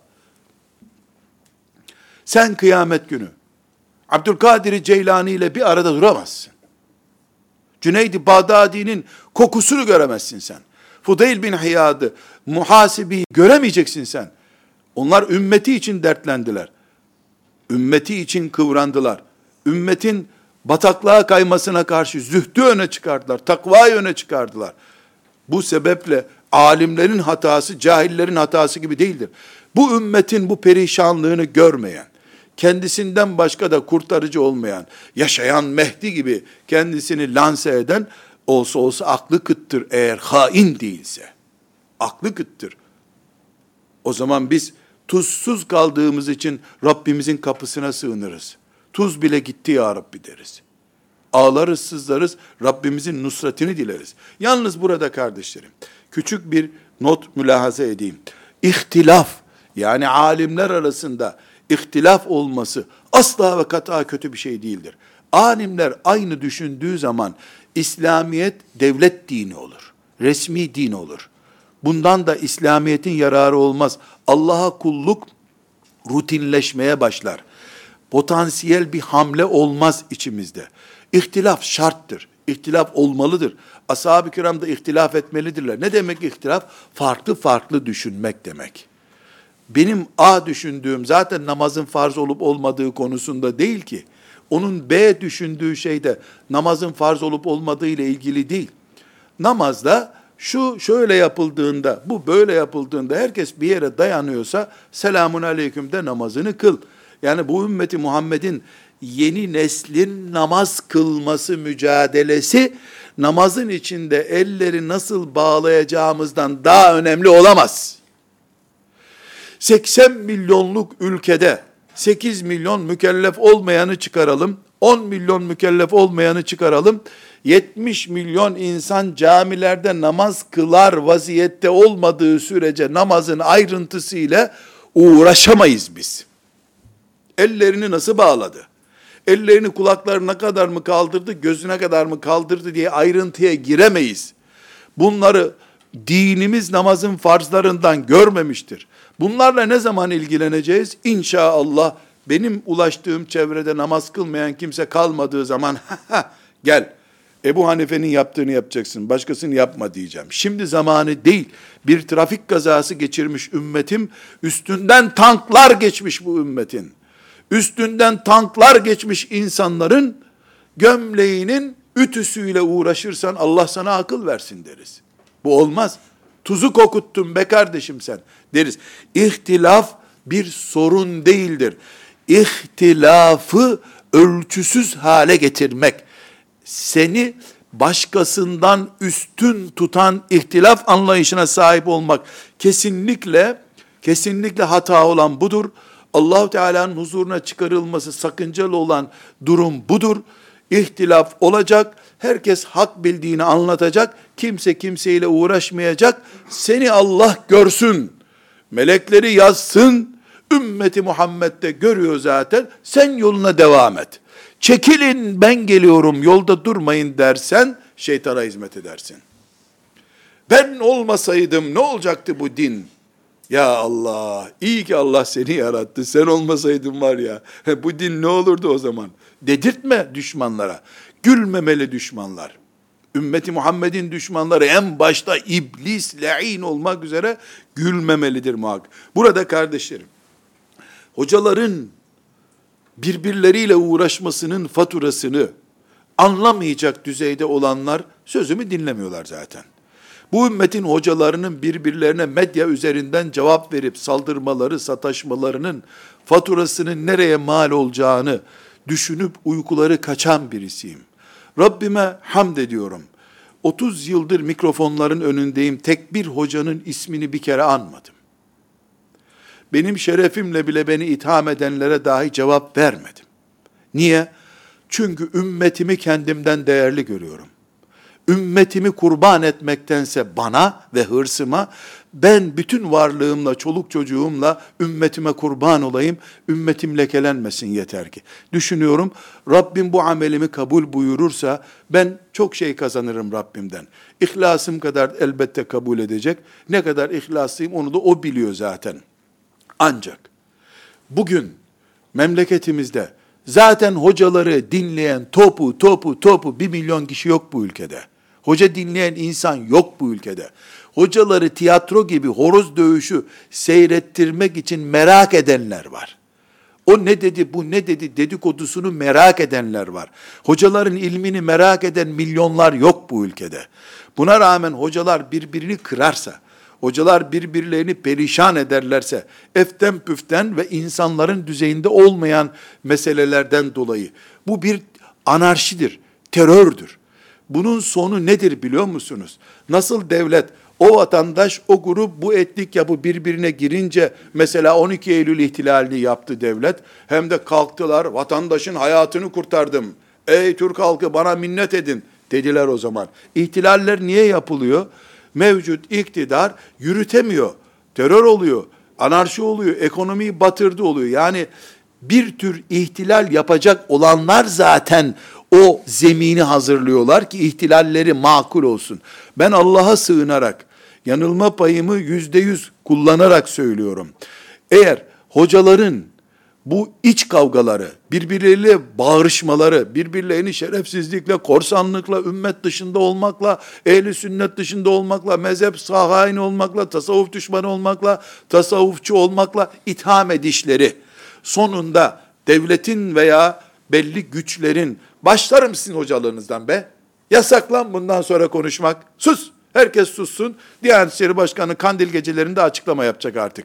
Sen kıyamet günü Abdülkadir Ceylani ile bir arada duramazsın. Cüneyd-i Bağdadi'nin kokusunu göremezsin sen. Fudeyl bin Hiyad'ı, Muhasibi'yi göremeyeceksin sen. Onlar ümmeti için dertlendiler. Ümmeti için kıvrandılar. Ümmetin bataklığa kaymasına karşı zühdü öne çıkardılar, takvayı öne çıkardılar. Bu sebeple alimlerin hatası, cahillerin hatası gibi değildir. Bu ümmetin bu perişanlığını görmeyen, kendisinden başka da kurtarıcı olmayan, yaşayan Mehdi gibi kendisini lanse eden, olsa aklı kıttır eğer hain değilse. Aklı kıttır. O zaman biz tuzsuz kaldığımız için Rabbimizin kapısına sığınırız. Tuz bile gitti ya Rabbi deriz. Ağlarız, sızlarız, Rabbimizin nusretini dileriz. Yalnız burada kardeşlerim, küçük bir not mülahaza edeyim. İhtilaf, yani alimler arasında ihtilaf olması asla ve kata kötü bir şey değildir. Alimler aynı düşündüğü zaman İslamiyet devlet dini olur. Resmi din olur. Bundan da İslamiyet'in yararı olmaz. Allah'a kulluk rutinleşmeye başlar. Potansiyel bir hamle olmaz içimizde. İhtilaf şarttır. İhtilaf olmalıdır. Ashab-ı kiram da ihtilaf etmelidirler. Ne demek ihtilaf? Farklı farklı düşünmek demek. Benim A düşündüğüm zaten namazın farz olup olmadığı konusunda değil ki. Onun B düşündüğü şey de namazın farz olup olmadığı ile ilgili değil. Namazda şu şöyle yapıldığında, bu böyle yapıldığında herkes bir yere dayanıyorsa selamun aleyküm de namazını kıl. Yani bu ümmeti Muhammed'in yeni neslin namaz kılması mücadelesi namazın içinde elleri nasıl bağlayacağımızdan daha önemli olamaz. 80 milyonluk ülkede 8 milyon mükellef olmayanı çıkaralım, 10 milyon mükellef olmayanı çıkaralım, 70 milyon insan camilerde namaz kılar vaziyette olmadığı sürece namazın ayrıntısıyla uğraşamayız biz. Ellerini nasıl bağladı? Ellerini kulaklarına kadar mı kaldırdı, gözüne kadar mı kaldırdı diye ayrıntıya giremeyiz. Bunları dinimiz namazın farzlarından görmemiştir. Bunlarla ne zaman ilgileneceğiz? İnşallah benim ulaştığım çevrede namaz kılmayan kimse kalmadığı zaman gel Ebu Hanife'nin yaptığını yapacaksın, başkasını yapma diyeceğim. Şimdi zamanı değil. Bir trafik kazası geçirmiş ümmetim, üstünden tanklar geçmiş bu ümmetin. Üstünden tanklar geçmiş insanların gömleğinin ütüsüyle uğraşırsan Allah sana akıl versin deriz. Bu olmaz. Tuzu kokuttun be kardeşim sen deriz. İhtilaf bir sorun değildir. İhtilafı ölçüsüz hale getirmek, seni başkasından üstün tutan ihtilaf anlayışına sahip olmak kesinlikle hata olan budur. Allah-u Teala'nın huzuruna çıkarılması sakıncalı olan durum budur. İhtilaf olacak, herkes hak bildiğini anlatacak, kimse kimseyle uğraşmayacak, seni Allah görsün, melekleri yazsın, ümmeti Muhammed de görüyor zaten, sen yoluna devam et. Çekilin ben geliyorum yolda durmayın dersen, şeytana hizmet edersin. Ben olmasaydım ne olacaktı bu din? Ya Allah, iyi ki Allah seni yarattı. Sen olmasaydın var ya, bu din ne olurdu o zaman? Dedirtme düşmanlara. Gülmemeli düşmanlar. Ümmeti Muhammed'in düşmanları en başta iblis, le'in olmak üzere gülmemelidir muhakkak. Burada kardeşlerim, hocaların birbirleriyle uğraşmasının faturasını anlamayacak düzeyde olanlar sözümü dinlemiyorlar zaten. Bu ümmetin hocalarının birbirlerine medya üzerinden cevap verip saldırmaları, sataşmalarının faturasının nereye mal olacağını düşünüp uykuları kaçan birisiyim. Rabbime hamd ediyorum. 30 yıldır mikrofonların önündeyim. Tek bir hocanın ismini bir kere anmadım. Benim şerefimle bile beni itham edenlere dahi cevap vermedim. Niye? Çünkü ümmetimi kendimden değerli görüyorum. Ümmetimi kurban etmektense bana ve hırsıma, ben bütün varlığımla, çoluk çocuğumla ümmetime kurban olayım, ümmetim lekelenmesin yeter ki. Düşünüyorum, Rabbim bu amelimi kabul buyurursa, ben çok şey kazanırım Rabbimden. İhlasım kadar elbette kabul edecek. Ne kadar ihlaslıyım onu da o biliyor zaten. Ancak, bugün memleketimizde, zaten hocaları dinleyen topu 1 milyon kişi yok bu ülkede. Hoca dinleyen insan yok bu ülkede. Hocaları tiyatro gibi horoz dövüşü seyrettirmek için merak edenler var. O ne dedi, bu ne dedi dedikodusunu merak edenler var. Hocaların ilmini merak eden milyonlar yok bu ülkede. Buna rağmen hocalar birbirini kırarsa, hocalar birbirlerini perişan ederlerse, eften püften ve insanların düzeyinde olmayan meselelerden dolayı, bu bir anarşidir, terördür. Bunun sonu nedir biliyor musunuz? Nasıl devlet, o vatandaş, o grup, bu etnik yapı birbirine girince, mesela 12 Eylül ihtilalini yaptı devlet, hem de kalktılar, vatandaşın hayatını kurtardım, ey Türk halkı bana minnet edin dediler o zaman. İhtilaller niye yapılıyor? Mevcut iktidar yürütemiyor, terör oluyor, anarşi oluyor, ekonomiyi batırdı oluyor. Yani bir tür ihtilal yapacak olanlar zaten o zemini hazırlıyorlar ki ihtilalleri makul olsun. Ben Allah'a sığınarak, yanılma payımı %100 kullanarak söylüyorum. Eğer hocaların bu iç kavgaları, birbirleriyle bağırışmaları, birbirlerini şerefsizlikle, korsanlıkla, ümmet dışında olmakla, ehli sünnet dışında olmakla, mezhep sahaini olmakla, tasavvuf düşmanı olmakla, tasavvufçu olmakla itham edişleri, sonunda devletin veya belli güçlerin, başlarım sizin hocalığınızdan be, yasaklan bundan sonra konuşmak, sus, herkes sussun, Diyanet İşleri Başkanı kandil gecelerinde açıklama yapacak artık,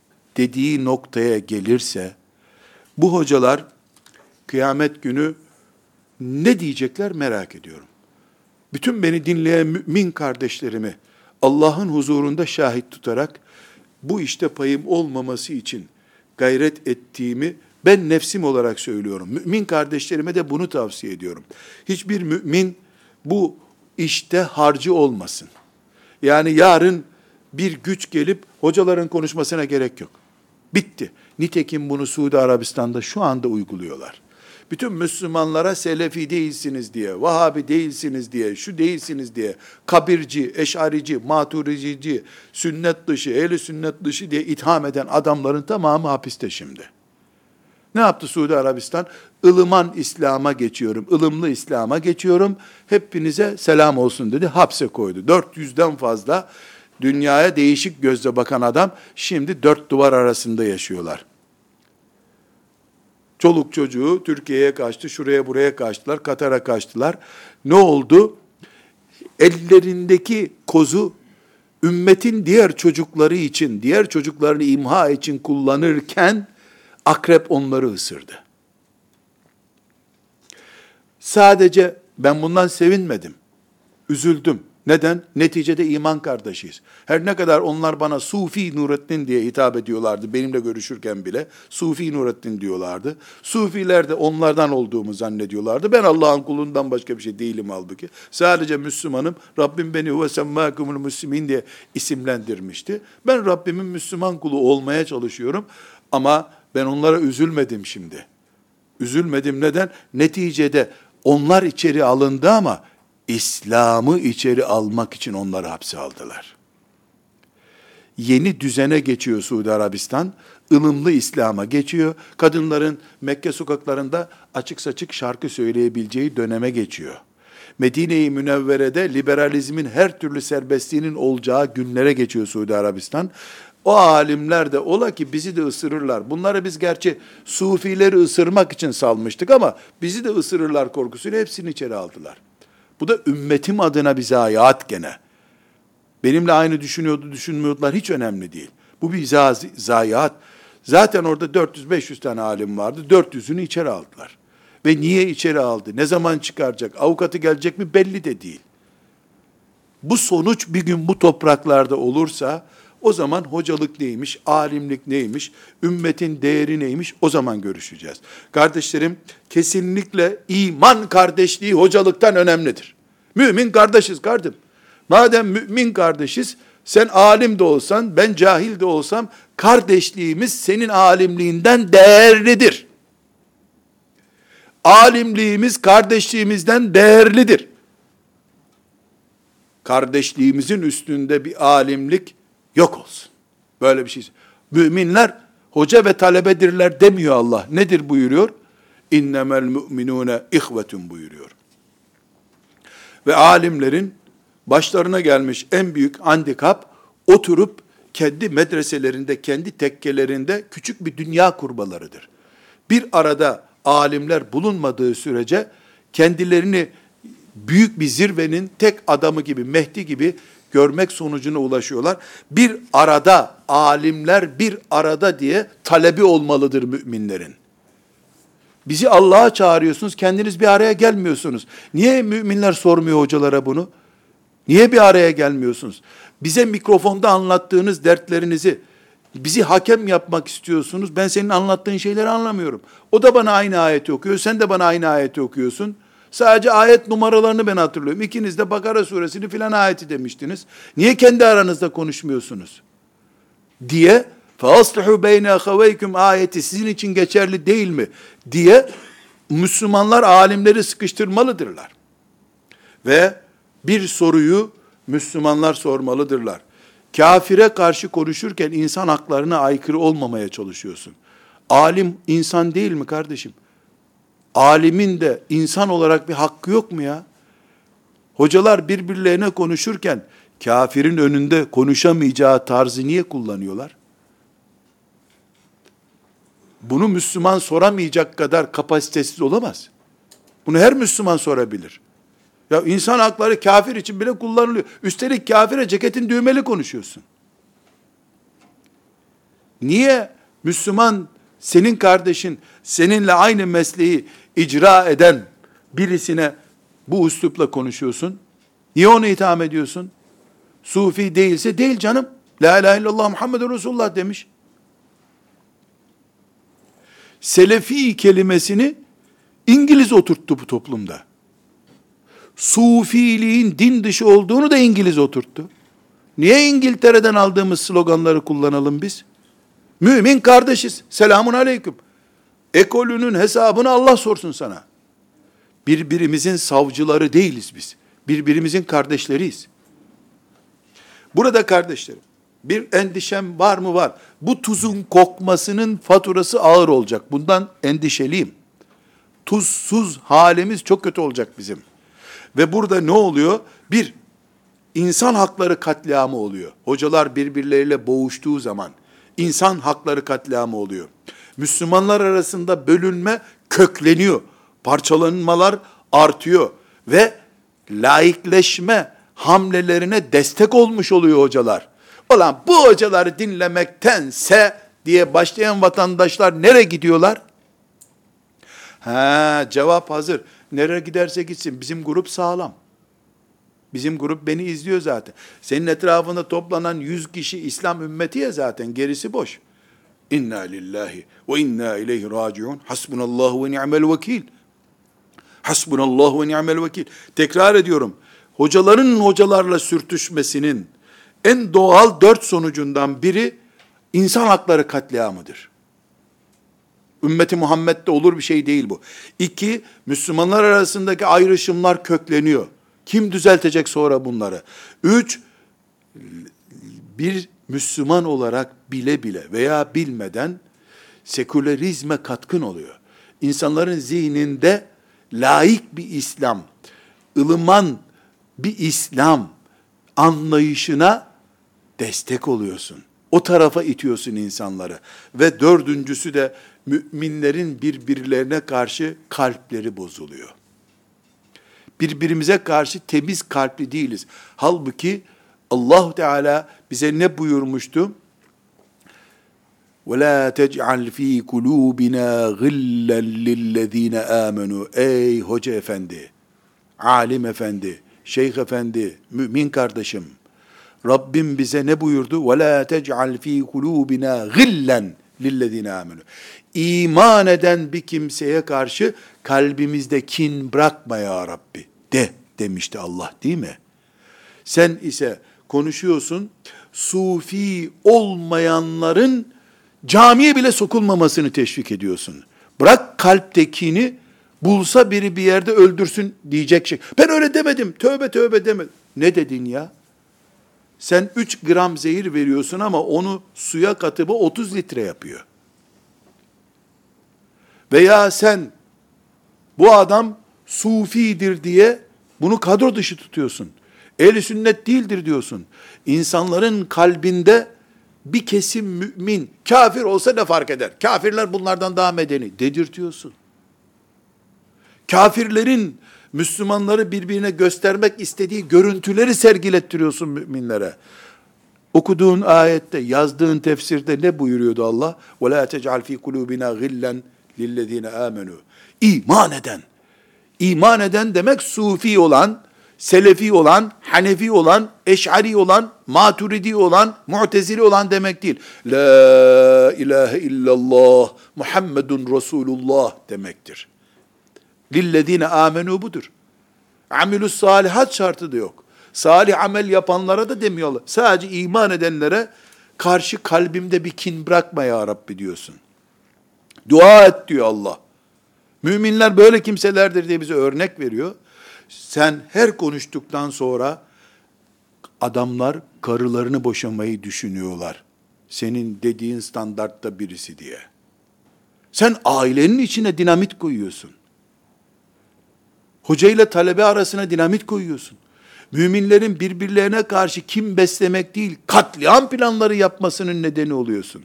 dediği noktaya gelirse, bu hocalar kıyamet günü ne diyecekler merak ediyorum. Bütün beni dinleyen mümin kardeşlerimi Allah'ın huzurunda şahit tutarak bu işte payım olmaması için gayret ettiğimi ben nefsim olarak söylüyorum. Mümin kardeşlerime de bunu tavsiye ediyorum. Hiçbir mümin bu işte harcı olmasın. Yani yarın bir güç gelip hocaların konuşmasına gerek yok. Bitti. Nitekim bunu Suudi Arabistan'da şu anda uyguluyorlar. Bütün Müslümanlara Selefi değilsiniz diye, Vahabi değilsiniz diye, şu değilsiniz diye, kabirci, eşarici, maturidici, sünnet dışı, ehli sünnet dışı diye itham eden adamların tamamı hapiste şimdi. Ne yaptı Suudi Arabistan? Ilıman İslam'a geçiyorum, ılımlı İslam'a geçiyorum, hepinize selam olsun dedi, hapse koydu. 400'den fazla dünyaya değişik gözle bakan adam, şimdi 4 duvar arasında yaşıyorlar. Çoluk çocuğu Türkiye'ye kaçtı, şuraya buraya kaçtılar, Katar'a kaçtılar. Ne oldu? Ellerindeki kozu ümmetin diğer çocukları için, diğer çocuklarını imha için kullanırken akrep onları ısırdı. Sadece ben bundan sevinmedim. Üzüldüm. Neden? Neticede iman kardeşiyiz. Her ne kadar onlar bana Sufi Nurettin diye hitap ediyorlardı, benimle görüşürken bile Sufi Nurettin diyorlardı. Sufiler de onlardan olduğumu zannediyorlardı. Ben Allah'ın kulundan başka bir şey değilim halbuki. Sadece Müslümanım. Rabbim beni ve semmâkumul müslimin diye isimlendirmişti. Ben Rabbimin Müslüman kulu olmaya çalışıyorum. Ama ben onlara üzülmedim şimdi. Üzülmedim neden? Neticede onlar içeri alındı ama İslam'ı içeri almak için onları hapse aldılar. Yeni düzene geçiyor Suudi Arabistan. ılımlı İslam'a geçiyor. Kadınların Mekke sokaklarında açık saçık şarkı söyleyebileceği döneme geçiyor. Medine-i Münevvere'de liberalizmin her türlü serbestliğinin olacağı günlere geçiyor Suudi Arabistan. O alimler de ola ki bizi de ısırırlar. Bunları biz gerçi Sufileri ısırmak için salmıştık ama bizi de ısırırlar korkusuyla hepsini içeri aldılar. Bu da ümmetim adına bir zayiat gene. Benimle aynı düşünüyordu, düşünmüyordular hiç önemli değil. Bu bir zayiat. Zaten orada 400-500 tane alim vardı. 400'ünü içeri aldılar. Ve niye içeri aldı? Ne zaman çıkaracak? Avukatı gelecek mi? Belli de değil. Bu sonuç bir gün bu topraklarda olursa o zaman hocalık neymiş, alimlik neymiş, ümmetin değeri neymiş o zaman görüşeceğiz. Kardeşlerim, kesinlikle iman kardeşliği hocalıktan önemlidir. Mümin kardeşiz kardeşim. Madem mümin kardeşiz, sen alim de olsan, ben cahil de olsam, kardeşliğimiz senin alimliğinden değerlidir. Alimliğimiz kardeşliğimizden değerlidir. Kardeşliğimizin üstünde bir alimlik yok olsun. Böyle bir şey. Müminler hoca ve talebedirler demiyor Allah. Nedir buyuruyor? İnnemel müminune ihvetun buyuruyor. Ve alimlerin başlarına gelmiş en büyük handikap oturup kendi medreselerinde, kendi tekkelerinde küçük bir dünya kurmalarıdır. Bir arada alimler bulunmadığı sürece kendilerini büyük bir zirvenin tek adamı gibi, Mehdi gibi görmek sonucuna ulaşıyorlar. Bir arada, alimler bir arada diye talebi olmalıdır müminlerin. Bizi Allah'a çağırıyorsunuz, kendiniz bir araya gelmiyorsunuz. Niye müminler sormuyor hocalara bunu? Niye bir araya gelmiyorsunuz? Bize mikrofonda anlattığınız dertlerinizi, bizi hakem yapmak istiyorsunuz. Ben senin anlattığın şeyleri anlamıyorum. O da bana aynı ayeti okuyor, sen de bana aynı ayeti okuyorsun. Sadece ayet numaralarını ben hatırlıyorum. İkiniz de Bakara suresini filan ayeti demiştiniz. Niye kendi aranızda konuşmuyorsunuz? Diye فَاصْلِحُوا بَيْنَ اَخَوَيْكُمْ ayeti sizin için geçerli değil mi? Diye Müslümanlar alimleri sıkıştırmalıdırlar. Ve bir soruyu Müslümanlar sormalıdırlar. Kafire karşı konuşurken insan haklarına aykırı olmamaya çalışıyorsun. Alim insan değil mi kardeşim? Alimin de insan olarak bir hakkı yok mu ya? Hocalar birbirlerine konuşurken kafirin önünde konuşamayacağı tarzı niye kullanıyorlar? Bunu Müslüman soramayacak kadar kapasitesiz olamaz. Bunu her Müslüman sorabilir. Ya insan hakları kafir için bile kullanılıyor. Üstelik kafire ceketin düğmeli konuşuyorsun. Niye Müslüman senin kardeşin, seninle aynı mesleği icra eden birisine bu üslupla konuşuyorsun? Niye onu itham ediyorsun? Sufi değilse değil canım. La ilahe illallah Muhammedun Resulullah demiş. Selefi kelimesini İngiliz oturttu bu toplumda. Sufiliğin din dışı olduğunu da İngiliz oturttu. Niye İngiltere'den aldığımız sloganları kullanalım biz? Mümin kardeşiz. Selamun aleyküm. Ekolünün hesabını Allah sorsun sana. Birbirimizin savcıları değiliz biz. Birbirimizin kardeşleriyiz. Burada kardeşlerim, bir endişem var mı? Var. Bu tuzun kokmasının faturası ağır olacak. Bundan endişeliyim. Tuzsuz halimiz çok kötü olacak bizim. Ve burada ne oluyor? Bir, insan hakları katliamı oluyor. Hocalar birbirleriyle boğuştuğu zaman, insan hakları katliamı oluyor. Müslümanlar arasında bölünme kökleniyor. Parçalanmalar artıyor ve laikleşme hamlelerine destek olmuş oluyor hocalar. Ulan bu hocaları dinlemektense diye başlayan vatandaşlar nereye gidiyorlar? Cevap hazır. Nereye giderse gitsin. Bizim grup sağlam. Bizim grup beni izliyor zaten. Senin etrafında toplanan 100 kişi İslam ümmeti ya zaten. Gerisi boş. İnna lillahi ve inna ileyhi raciun. Hasbunallahu ve ni'mel vekil. Hasbunallahu ve ni'mel vekil. Tekrar ediyorum. Hocaların hocalarla sürtüşmesinin en doğal 4 sonucundan biri insan hakları katliamıdır. Ümmeti Muhammed'de olur bir şey değil bu. 2, Müslümanlar arasındaki ayrışımlar kökleniyor. Kim düzeltecek sonra bunları? 3, bir Müslüman olarak bile bile veya bilmeden sekülerizme katkın oluyor. İnsanların zihninde laik bir İslam, ılıman bir İslam anlayışına destek oluyorsun. O tarafa itiyorsun insanları. Ve 4'üncüsü de müminlerin birbirlerine karşı kalpleri bozuluyor. Birbirimize karşı temiz kalpli değiliz. Halbuki Allah Teala bize ne buyurmuştu? وَلَا تَجْعَلْ ف۪ي قُلُوبِنَا غِلًّا لِلَّذ۪ينَ آمَنُوا. Ey hoca efendi, alim efendi, şeyh efendi, mümin kardeşim, Rabbim bize ne buyurdu? وَلَا تَجْعَلْ ف۪ي قُلُوبِنَا غِلًّا لِلَّذ۪ينَ آمَنُوا. İman eden bir kimseye karşı kalbimizde kin bırakma ya Rabbi demişti Allah, değil mi? Sen ise konuşuyorsun, sufi olmayanların camiye bile sokulmamasını teşvik ediyorsun. Bırak kalptekini, bulsa biri bir yerde öldürsün diyecek şey. Ben öyle demedim, tövbe demedim. Ne dedin ya? Sen 3 gram zehir veriyorsun ama onu suya katıp 30 litre yapıyor. Veya sen bu adam sufidir diye bunu kadro dışı tutuyorsun. Ehl-i sünnet değildir diyorsun. İnsanların kalbinde bir kesim mümin, kafir olsa ne fark eder? Kafirler bunlardan daha medeni dedirtiyorsun. Kafirlerin Müslümanları birbirine göstermek istediği görüntüleri sergilettiriyorsun müminlere. Okuduğun ayette, yazdığın tefsirde ne buyuruyordu Allah? وَلَا تَجْعَلْ ف۪ي قُلُوبِنَا غِلًّا لِلَّذ۪ينَ آمَنُوا. İman eden. İman eden demek sufi olan, selefi olan, hanefi olan, eş'ari olan, maturidi olan, mu'tezili olan demek değil. La ilahe illallah Muhammedun Resulullah demektir. Lillezine amenu budur. Amilus salihat şartı da yok. Salih amel yapanlara da demiyorlar. Sadece iman edenlere karşı kalbimde bir kin bırakma ya Rabbi diyorsun. Dua et diyor Allah. Müminler böyle kimselerdir diye bize örnek veriyor. Sen her konuştuktan sonra adamlar karılarını boşamayı düşünüyorlar. Senin dediğin standartta birisi diye. Sen ailenin içine dinamit koyuyorsun. Hoca ile talebe arasına dinamit koyuyorsun. Müminlerin birbirlerine karşı kin beslemek değil, katliam planları yapmasının nedeni oluyorsun.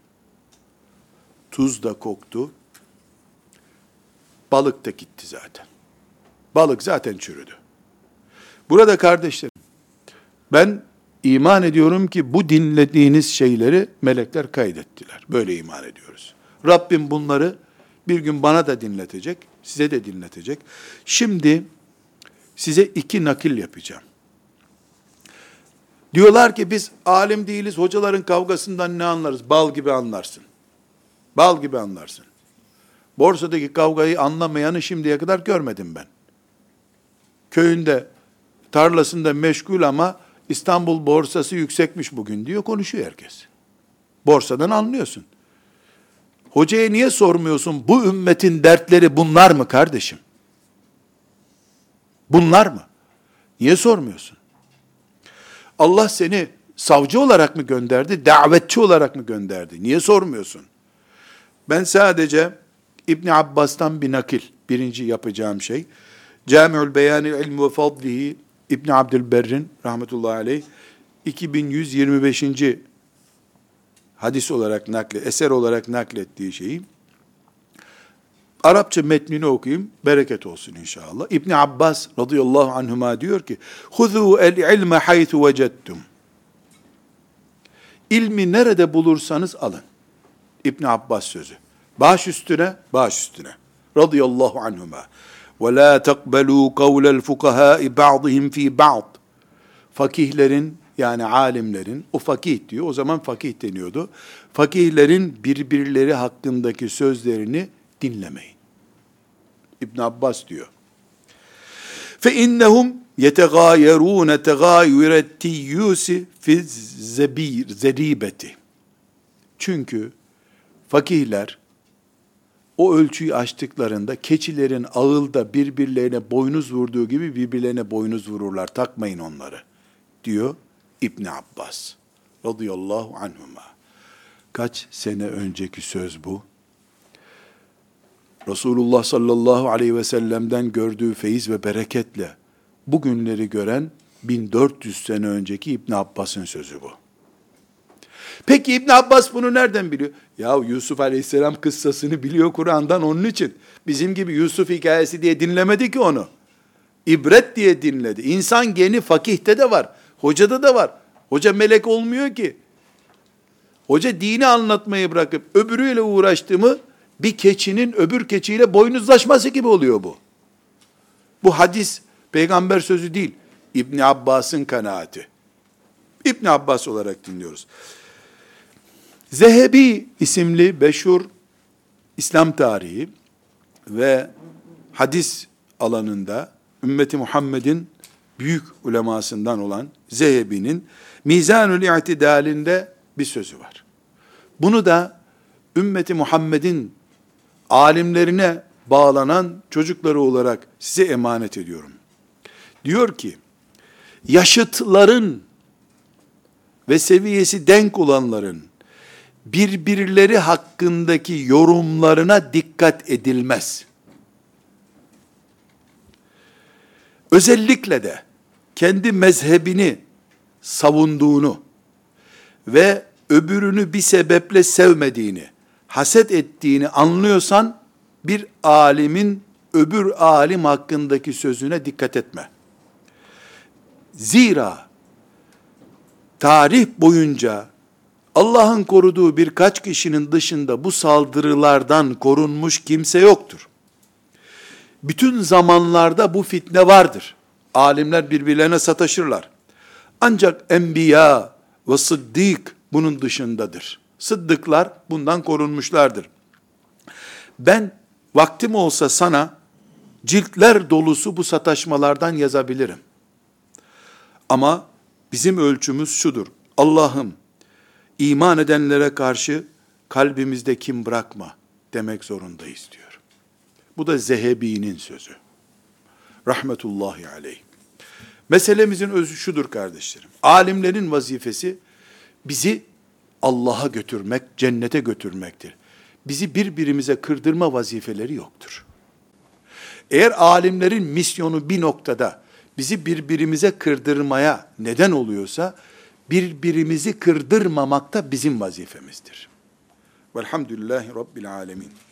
Tuz da koktu, balık da gitti zaten. Balık zaten çürüdü. Burada kardeşlerim, ben iman ediyorum ki bu dinlediğiniz şeyleri melekler kaydettiler. Böyle iman ediyoruz. Rabbim bunları bir gün bana da dinletecek, size de dinletecek. Şimdi size 2 nakil yapacağım. Diyorlar ki biz alim değiliz, hocaların kavgasından ne anlarız? Bal gibi anlarsın. Bal gibi anlarsın. Borsadaki kavgayı anlamayanı şimdiye kadar görmedim ben. Köyünde, tarlasında meşgul ama İstanbul borsası yüksekmiş bugün diyor, konuşuyor herkes. Borsadan anlıyorsun. Hocaya niye sormuyorsun? Bu ümmetin dertleri bunlar mı kardeşim? Bunlar mı? Niye sormuyorsun? Allah seni savcı olarak mı gönderdi, davetçi olarak mı gönderdi? Niye sormuyorsun? Ben sadece İbn Abbas'tan bir nakil, birinci yapacağım şey. Cami'ül Beyanil İlmi ve Fadlihi İbn Abdülberr'in rahmetullahi aleyh 2125. hadis olarak eser olarak naklettiği şeyi, Arapça metnini okuyayım, bereket olsun inşallah. İbn Abbas radıyallahu anhuma diyor ki, "Huzu el-ilme haythu vecettum." İlmi nerede bulursanız alın. İbn Abbas sözü. Baş üstüne, baş üstüne. Radıyallahu anhuma. Ve la takbelu kavlel fukahâi ba'dihim fi ba'd. Fakihlerin, yani alimlerin, o fakih diyor, o zaman fakih deniyordu. Fakihlerin birbirleri hakkındaki sözlerini dinlemeyin. İbn Abbas diyor. Fe innehum yetegâyerûne tegâyüret tiyyûsi fi zeribeti. Çünkü fakihler o ölçüyü aştıklarında keçilerin ağılda birbirlerine boynuz vurduğu gibi birbirlerine boynuz vururlar. Takmayın onları, diyor İbn Abbas radıyallahu anhuma. Kaç sene önceki söz bu? Resulullah sallallahu aleyhi ve sellem'den gördüğü feyiz ve bereketle bugünleri gören 1400 sene önceki İbn Abbas'ın sözü bu. Peki İbn Abbas bunu nereden biliyor? Ya Yusuf aleyhisselam kıssasını biliyor Kur'an'dan, onun için. Bizim gibi Yusuf hikayesi diye dinlemedi ki onu. İbret diye dinledi. İnsan geni fakihte de var, hocada da var. Hoca melek olmuyor ki. Hoca dini anlatmayı bırakıp öbürüyle uğraştı mı, bir keçinin öbür keçiyle boynuzlaşması gibi oluyor bu. Bu hadis peygamber sözü değil, İbn Abbas'ın kanaati. İbn Abbas olarak dinliyoruz. Zehebi isimli meşhur İslam tarihi ve hadis alanında ümmeti Muhammed'in büyük ulemasından olan Zehebi'nin Mizanül İ'tidal'inde bir sözü var. Bunu da ümmeti Muhammed'in alimlerine bağlanan çocukları olarak size emanet ediyorum. Diyor ki, yaşıtların ve seviyesi denk olanların birbirleri hakkındaki yorumlarına dikkat edilmez. Özellikle de kendi mezhebini savunduğunu ve öbürünü bir sebeple sevmediğini, haset ettiğini anlıyorsan, bir alimin öbür alim hakkındaki sözüne dikkat etme. Zira tarih boyunca Allah'ın koruduğu birkaç kişinin dışında bu saldırılardan korunmuş kimse yoktur. Bütün zamanlarda bu fitne vardır. Alimler birbirlerine sataşırlar. Ancak enbiya ve sıddık bunun dışındadır. Sıddıklar bundan korunmuşlardır. Ben vaktim olsa sana ciltler dolusu bu sataşmalardan yazabilirim. Ama bizim ölçümüz şudur. Allah'ım, iman edenlere karşı kalbimizde kin bırakma demek zorundayız diyor. Bu da Zehebi'nin sözü. Rahmetullahi aleyh. Meselemizin özü şudur kardeşlerim. Alimlerin vazifesi bizi Allah'a götürmek, cennete götürmektir. Bizi birbirimize kırdırma vazifeleri yoktur. Eğer alimlerin misyonu bir noktada bizi birbirimize kırdırmaya neden oluyorsa, birbirimizi kırdırmamak da bizim vazifemizdir. Velhamdülillahi Rabbil alemin.